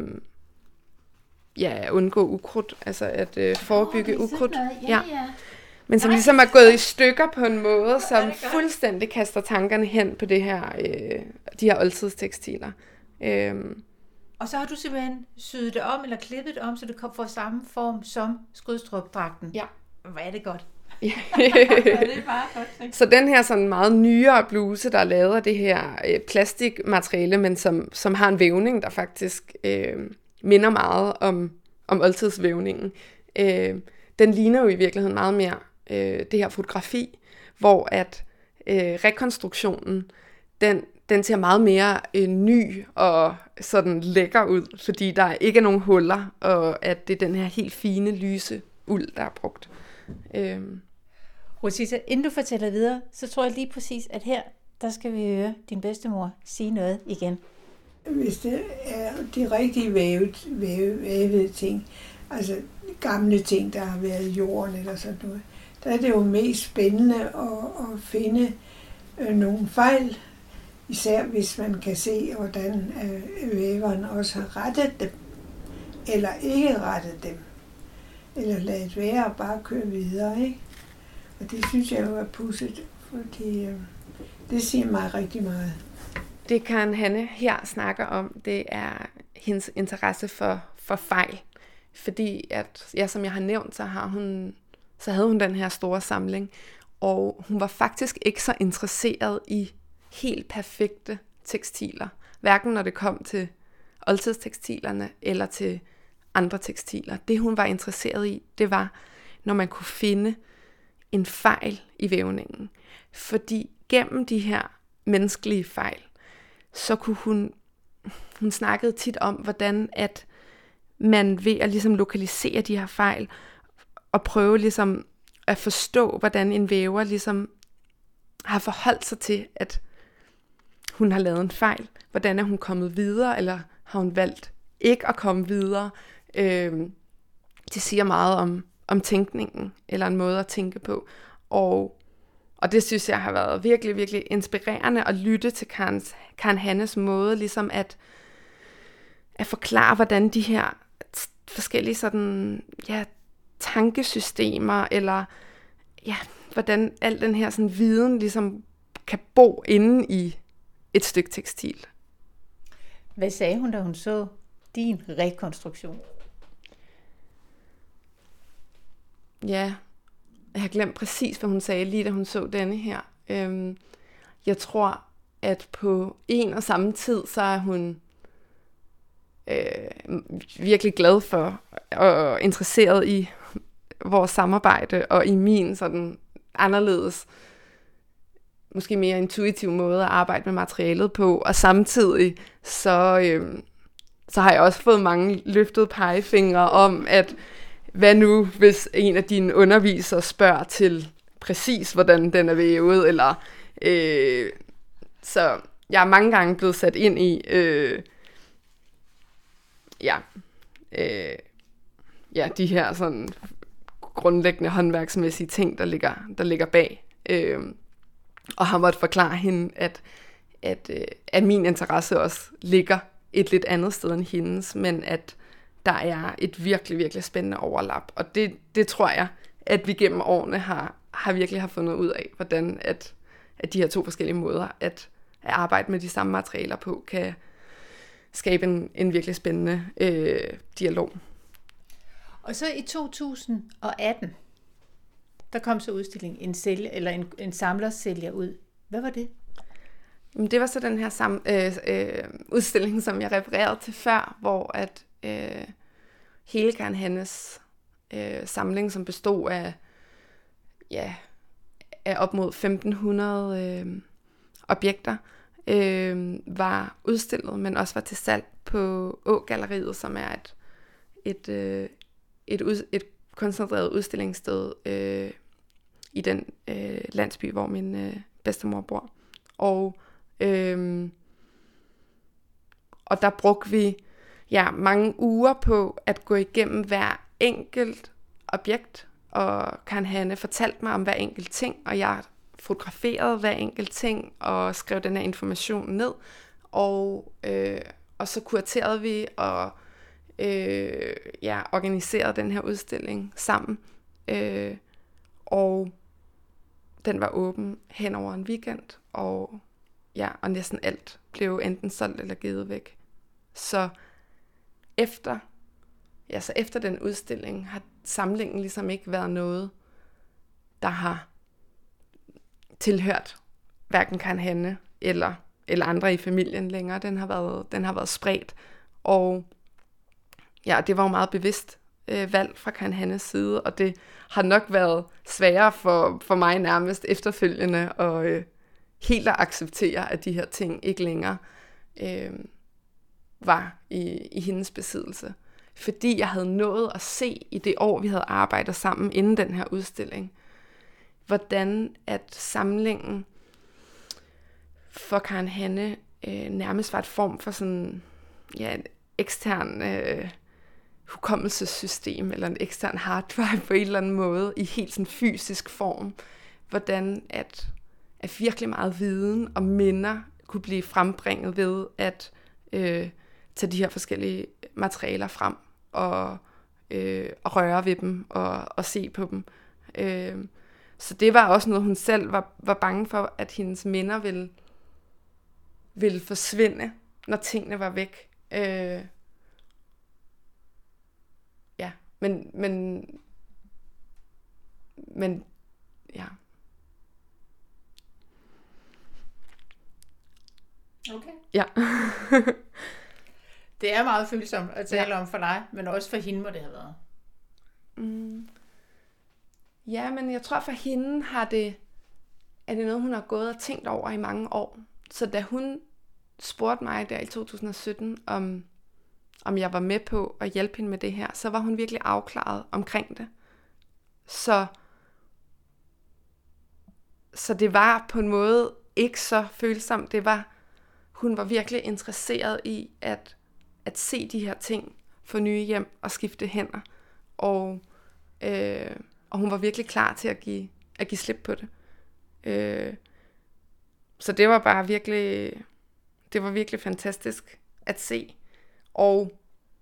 Speaker 3: ja, undgå ukrudt, altså at øh, forebygge oh, ukrudt. Ja. Ja. Men som ligesom er gået i stykker på en måde, som fuldstændig kaster tankerne hen på det her, øh, de her oldtidstekstiler. Øhm.
Speaker 1: Og så har du simpelthen syet det om, eller klippet det om, så det får samme form som Skrydstrup-dragten.
Speaker 3: Ja.
Speaker 1: Hvor er det godt.
Speaker 3: Ja.
Speaker 1: Det er bare godt.
Speaker 3: Så den her sådan meget nyere bluse, der er lavet af det her øh, plastikmateriale, men som, som har en vævning, der faktisk øh, minder meget om, om oldtidsvævningen. Øh, den ligner jo i virkeligheden meget mere øh, det her fotografi, hvor at øh, rekonstruktionen, den, den ser meget mere øh, ny og sådan lækker ud, fordi der ikke er nogen huller, og at det er den her helt fine, lyse uld, der er brugt. Øh.
Speaker 1: Rosita, inden du fortæller videre, så tror jeg lige præcis, at her, der skal vi høre din bedstemor sige noget igen.
Speaker 2: Hvis det er de rigtige vævet, vævet, vævede ting, altså gamle ting, der har været i jorden eller sådan noget, der er det jo mest spændende at, at finde øh, nogle fejl, især hvis man kan se, hvordan øh, væveren også har rettet dem, eller ikke rettet dem, eller ladet være og bare køre videre, ikke? Og det synes jeg jo er pudset, fordi øh, det siger mig rigtig meget.
Speaker 3: Det Karen Hanne her snakker om, det er hendes interesse for, for fejl. Fordi at, ja, som jeg har nævnt, så, har hun, så havde hun den her store samling, og hun var faktisk ikke så interesseret i helt perfekte tekstiler. Hverken når det kom til oldtidstekstilerne eller til andre tekstiler. Det hun var interesseret i, det var, når man kunne finde en fejl i vævningen. Fordi gennem de her menneskelige fejl, så kunne hun, hun snakkede tit om, hvordan at man ved at ligesom lokalisere de her fejl, og prøve ligesom at forstå, hvordan en væver ligesom har forholdt sig til, at hun har lavet en fejl. Hvordan er hun kommet videre, eller har hun valgt ikke at komme videre? Øh, det siger meget om, om tænkningen, eller en måde at tænke på. Og, og det synes jeg har været virkelig, virkelig inspirerende at lytte til Karen, Karen Hannes måde, ligesom at, at forklare, hvordan de her forskellige sådan, ja, tankesystemer, eller ja, hvordan al den her sådan, viden ligesom kan bo inde i et stykke tekstil.
Speaker 1: Hvad sagde hun, da hun så din rekonstruktion?
Speaker 3: Ja, jeg har glemt præcis, hvad hun sagde, lige da hun så denne her. Øhm, jeg tror, at på en og samme tid, så er hun øh, virkelig glad for og interesseret i vores samarbejde, og i min sådan anderledes, måske mere intuitiv måde at arbejde med materialet på, og samtidig så, øh, så har jeg også fået mange løftede pegefingre om, at hvad nu, hvis en af dine undervisere spørger til præcis, hvordan den er vævet, eller øh, så jeg er mange gange blevet sat ind i, øh, ja, øh, ja, de her sådan grundlæggende håndværksmæssige ting, der ligger, der ligger bag. Øh, og har måttet forklare hende, at, at, øh, at min interesse også ligger et lidt andet sted end hendes, men at der er et virkelig, virkelig spændende overlap. Og det, det tror jeg, at vi gennem årene har, har virkelig har fundet ud af, hvordan at, at de her to forskellige måder at, at arbejde med de samme materialer på, kan skabe en, en virkelig spændende øh, dialog.
Speaker 1: Og så i to tusind og atten, der kom så udstillingen en, sælger, eller en, en samlersælger ud. Hvad var det?
Speaker 3: Jamen, det var så den her sam, øh, øh, udstilling, som jeg refererede til før, hvor at øh, hele Karen Hannes øh, samling, som bestod af, ja, af op mod femten hundrede øh, objekter, øh, var udstillet, men også var til salg på Å-galleriet, som er et, et, øh, et, ud, et kunstnerdrevet udstillingssted øh, i den øh, landsby, hvor min øh, bedstemor bor. Og, øh, og der brugte vi ja, mange uger på at gå igennem hver enkelt objekt, og Karen Hanne fortalte mig om hver enkelt ting, og jeg fotograferede hver enkelt ting og skrev den her information ned, og, øh, og så kuraterede vi og øh, ja, organiserede den her udstilling sammen, øh, og den var åben hen over en weekend, og, ja, og næsten alt blev enten solgt eller givet væk. Så efter, ja, så efter den udstilling har samlingen ligesom ikke været noget, der har tilhørt hverken Karen Hanne eller, eller andre i familien længere. Den har været, den har været spredt, og ja, det var jo meget bevidst øh, valg fra Karen Hannes side, og det har nok været sværere for, for mig nærmest efterfølgende at øh, helt at acceptere, at de her ting ikke længere øh, var i, i hendes besiddelse. Fordi jeg havde nået at se i det år, vi havde arbejdet sammen inden den her udstilling, hvordan at samlingen for Karen Hanne øh, nærmest var et form for sådan, ja, en ekstern øh, hukommelsessystem, eller en ekstern harddrive på en eller anden måde, i helt sådan fysisk form. Hvordan at, at virkelig meget viden og minder kunne blive frembringet ved at øh, tage de her forskellige materialer frem, og, øh, og røre ved dem, og, og se på dem. Øh, så det var også noget, hun selv var, var bange for, at hendes minder ville, ville forsvinde, når tingene var væk. Øh, ja, men, men, men, ja.
Speaker 1: Okay.
Speaker 3: Ja.
Speaker 1: Det er meget følsomt at tale ja. om for dig, men også for hende må det have været.
Speaker 3: Mm. Ja, men jeg tror for hende har det, er det noget, hun har gået og tænkt over i mange år. Så da hun spurgte mig der i to tusind og sytten, om, om jeg var med på at hjælpe hende med det her, så var hun virkelig afklaret omkring det. Så, så det var på en måde ikke så følsomt. Det var, hun var virkelig interesseret i at, at se de her ting få nye hjem og skifte hænder. Og, øh, og hun var virkelig klar til at give, at give slip på det. Øh, så det var bare virkelig, det var virkelig fantastisk at se. Og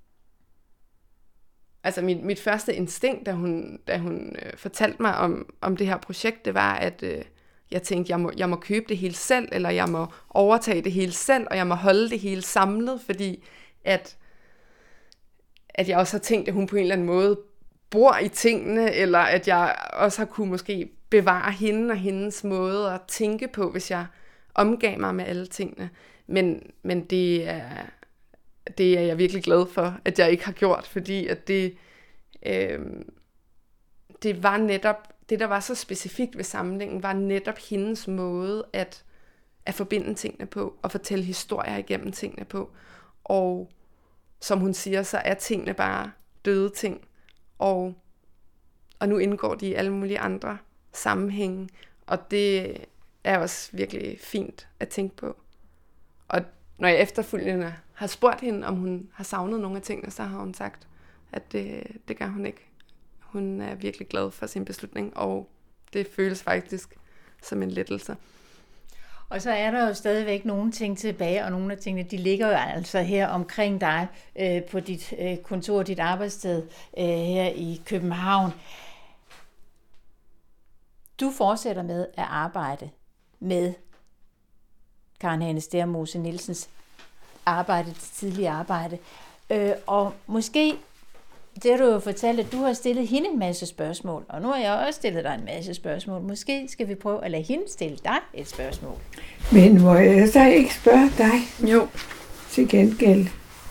Speaker 3: altså mit, mit første instinkt, da hun, da hun øh, fortalte mig om, om det her projekt, det var, at øh, jeg tænkte, jeg må, jeg må købe det hele selv, eller jeg må overtage det hele selv, og jeg må holde det hele samlet, fordi at, at jeg også har tænkt, at hun på en eller anden måde bor i tingene, eller at jeg også har kunne måske bevare hende og hendes måde at tænke på, hvis jeg omgav mig med alle tingene. Men, men det, er, det er jeg virkelig glad for, at jeg ikke har gjort, fordi at det, øh, det var netop, det der var så specifikt ved samlingen, var netop hendes måde at, at forbinde tingene på, og fortælle historier igennem tingene på. Og som hun siger, så er tingene bare døde ting, og, og nu indgår de i alle mulige andre sammenhænge, og det er også virkelig fint at tænke på. Og når jeg efterfølgende har spurgt hende, om hun har savnet nogle af tingene, så har hun sagt, at det, det gør hun ikke. Hun er virkelig glad for sin beslutning, og det føles faktisk som en lettelse.
Speaker 1: Og så er der jo stadigvæk nogle ting tilbage, og nogle af tingene, de ligger jo altså her omkring dig øh, på dit øh, kontor, dit arbejdssted øh, her i København. Du fortsætter med at arbejde med Karen Hanne Stære Nielsens arbejde, det tidlige arbejde. Øh, og måske, det har du jo fortalt, at du har stillet hende en masse spørgsmål, og nu har jeg også stillet dig en masse spørgsmål. Måske skal vi prøve at lade hende stille dig et spørgsmål.
Speaker 2: Men må jeg så ikke spørge dig?
Speaker 3: Jo.
Speaker 2: Til gengæld.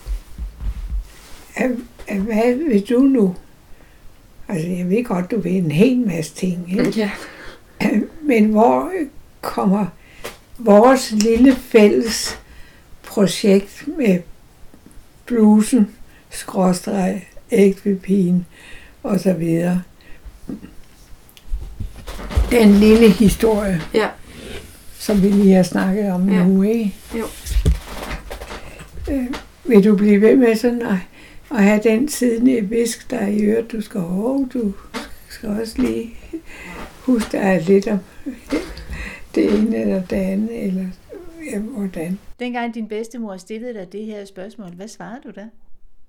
Speaker 2: Hvad vil du nu? Altså, jeg ved godt, du ved en hel masse ting, ikke?
Speaker 3: Ja.
Speaker 2: Men hvor kommer vores lille fælles projekt med blusen, skråstreg, ægtepigeren og så videre. Den lille historie,
Speaker 3: ja.
Speaker 2: som vi lige har snakket om ja. nu, ikke?
Speaker 3: Jo.
Speaker 2: Øh, vil du blive ved med sådan at, at have den siddende visk, der i øret, du skal over, du skal også lige huske, der er lidt om det ene eller det andet, eller ja, hvordan.
Speaker 1: Dengang din bedstemor stillede dig det her spørgsmål, hvad svarede du da?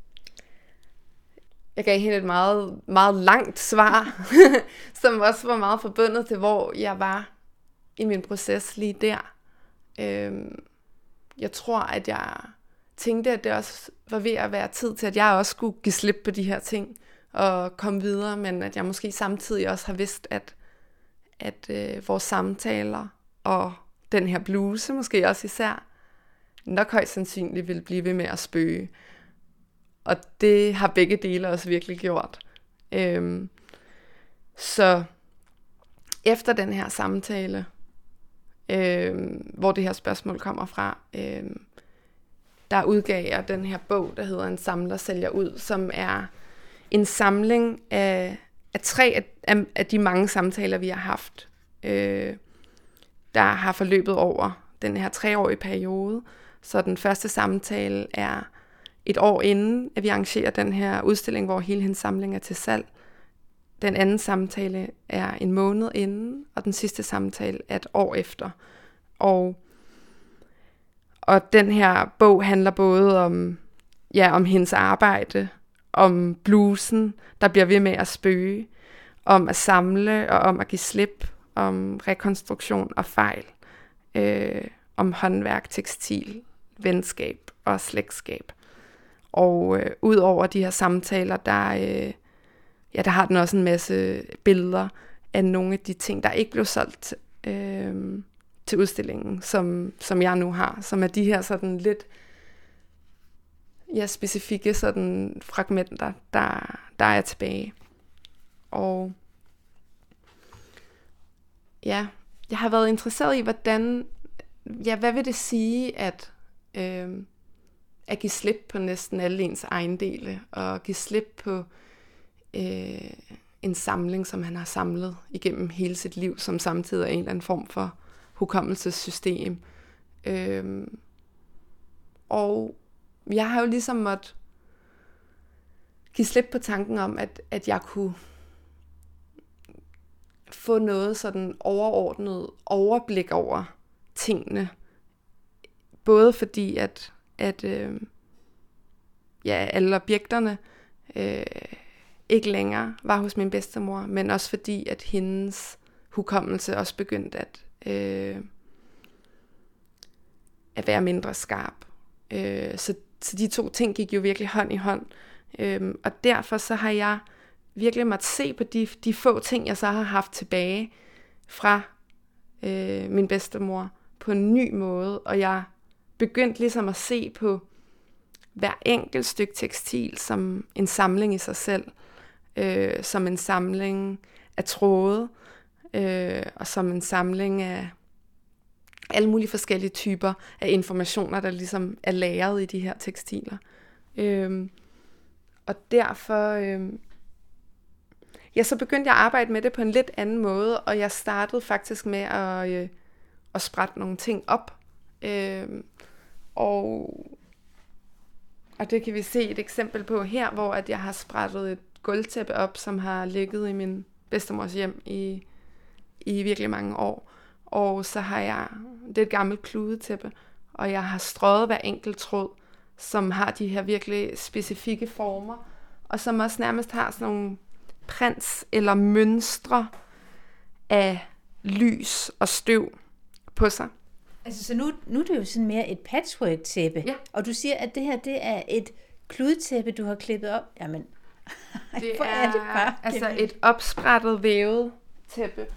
Speaker 3: Jeg gav hende et meget, meget langt svar, som også var meget forbundet til, hvor jeg var i min proces lige der. Øhm, jeg tror, at jeg tænkte, at det også var ved at være tid til, at jeg også skulle give slip på de her ting og komme videre, men at jeg måske samtidig også har vidst, at, at øh, vores samtaler og den her bluse måske også især, nok højst sandsynligt vil blive ved med at spøge. Og det har begge dele også virkelig gjort. Øhm, så efter den her samtale, øhm, hvor det her spørgsmål kommer fra, øhm, der udgav jeg den her bog, der hedder En samler sælger ud, som er en samling af, af tre af, af de mange samtaler, vi har haft, øh, der har forløbet over den her treårige periode. Så den første samtale er et år inden, at vi arrangerer den her udstilling, hvor hele hendes samling er til salg. Den anden samtale er en måned inden, og den sidste samtale er et år efter. Og, og den her bog handler både om, ja, om hendes arbejde, om blusen, der bliver ved med at spøge, om at samle og om at give slip, om rekonstruktion og fejl, øh, om håndværk, tekstil, venskab og slægtskab. Og øh, ud over de her samtaler, der, øh, ja, der har den også en masse billeder af nogle af de ting, der ikke blev solgt øh, til udstillingen, som, som jeg nu har, som er de her sådan lidt ja, specifikke sådan fragmenter, der, der er tilbage. Og ja, jeg har været interesseret i, hvordan, ja, hvad vil det sige, at øh, at give slip på næsten alle ens ejendele, og give slip på øh, en samling, som han har samlet igennem hele sit liv, som samtidig er en eller anden form for hukommelsessystem. Øh, og jeg har jo ligesom måttet give slip på tanken om, at, at jeg kunne få noget sådan overordnet overblik over tingene. Både fordi, at at øh, ja, alle objekterne øh, ikke længere var hos min bedstemor, men også fordi, at hendes hukommelse også begyndte at, øh, at være mindre skarp. Øh, så, så de to ting gik jo virkelig hånd i hånd. Øh, og derfor så har jeg virkelig måttet se på de, de få ting, jeg så har haft tilbage fra øh, min bedstemor på en ny måde, og jeg begyndte ligesom at se på hver enkelt stykke tekstil som en samling i sig selv, øh, som en samling af tråde, øh, og som en samling af alle mulige forskellige typer af informationer, der ligesom er lagret i de her tekstiler. Øh, og derfor, øh, ja, så begyndte jeg at arbejde med det på en lidt anden måde, og jeg startede faktisk med at, øh, at sprætte nogle ting op, øh, Og, og det kan vi se et eksempel på her, hvor at jeg har sprættet et gulvtæppe op, som har ligget i min bedstemors hjem i, i virkelig mange år. Og så har jeg, det er et gammelt kludetæppe, og jeg har strøget hver enkelt tråd, som har de her virkelig specifikke former, og som også nærmest har sådan nogle prins eller mønstre af lys og støv på sig.
Speaker 1: Altså, så nu, nu er det jo sådan mere et patchwork-tæppe,
Speaker 3: ja.
Speaker 1: Og du siger, at det her, det er et kludetæppe, du har klippet op. Jamen,
Speaker 3: det er, er det bare altså et opsprættet vævet tæppe,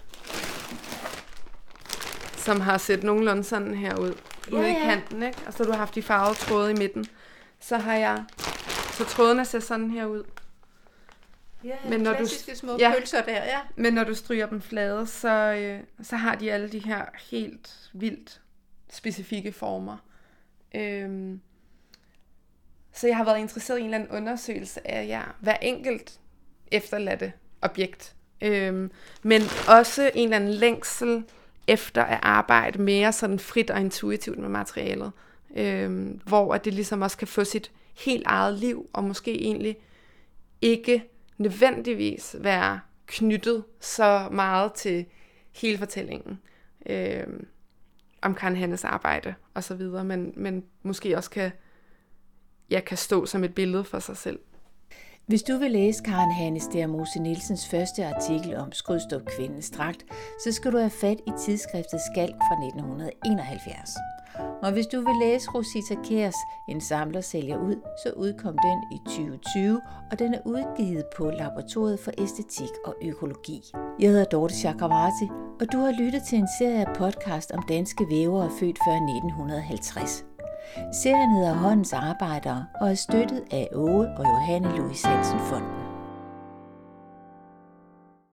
Speaker 3: som har set nogenlunde sådan her ud, ja, ude i kanten, ikke? Og så du har haft de farvede tråde i midten. Så har jeg, så trådene ser sådan her ud.
Speaker 1: Ja, men når klassiske du, små ja, pølser der, ja.
Speaker 3: Men når du stryger dem flade, så, øh, så har de alle de her helt vildt specifikke former. Øhm, så jeg har været interesseret i en eller anden undersøgelse af ja, hver enkelt efterladte objekt. Øhm, men også en eller anden længsel efter at arbejde mere sådan frit og intuitivt med materialet. Øhm, hvor at det ligesom også kan få sit helt eget liv, og måske egentlig ikke nødvendigvis være knyttet så meget til hele fortællingen øh, om Karen Hannes arbejde og så videre, men, men måske også kan, ja, kan stå som et billede for sig selv.
Speaker 1: Hvis du vil læse Karen Hanne Stæhr Mose Nielsens første artikel om Skrydstrup Kvindens Dragt, så skal du have fat i tidsskriftet Skalk fra nitten enoghalvfjerds. Og hvis du vil læse Rosita Kjærs En samler sælger ud, så udkom den i tyve tyve, og den er udgivet på Laboratoriet for Æstetik og Økologi. Jeg hedder Dorte Chakravarty, og du har lyttet til en serie af podcast om danske vævere født før nitten halvtreds. Serien hedder Håndens Arbejdere og er støttet af Åge og Johanne Louis Hansen Fonden.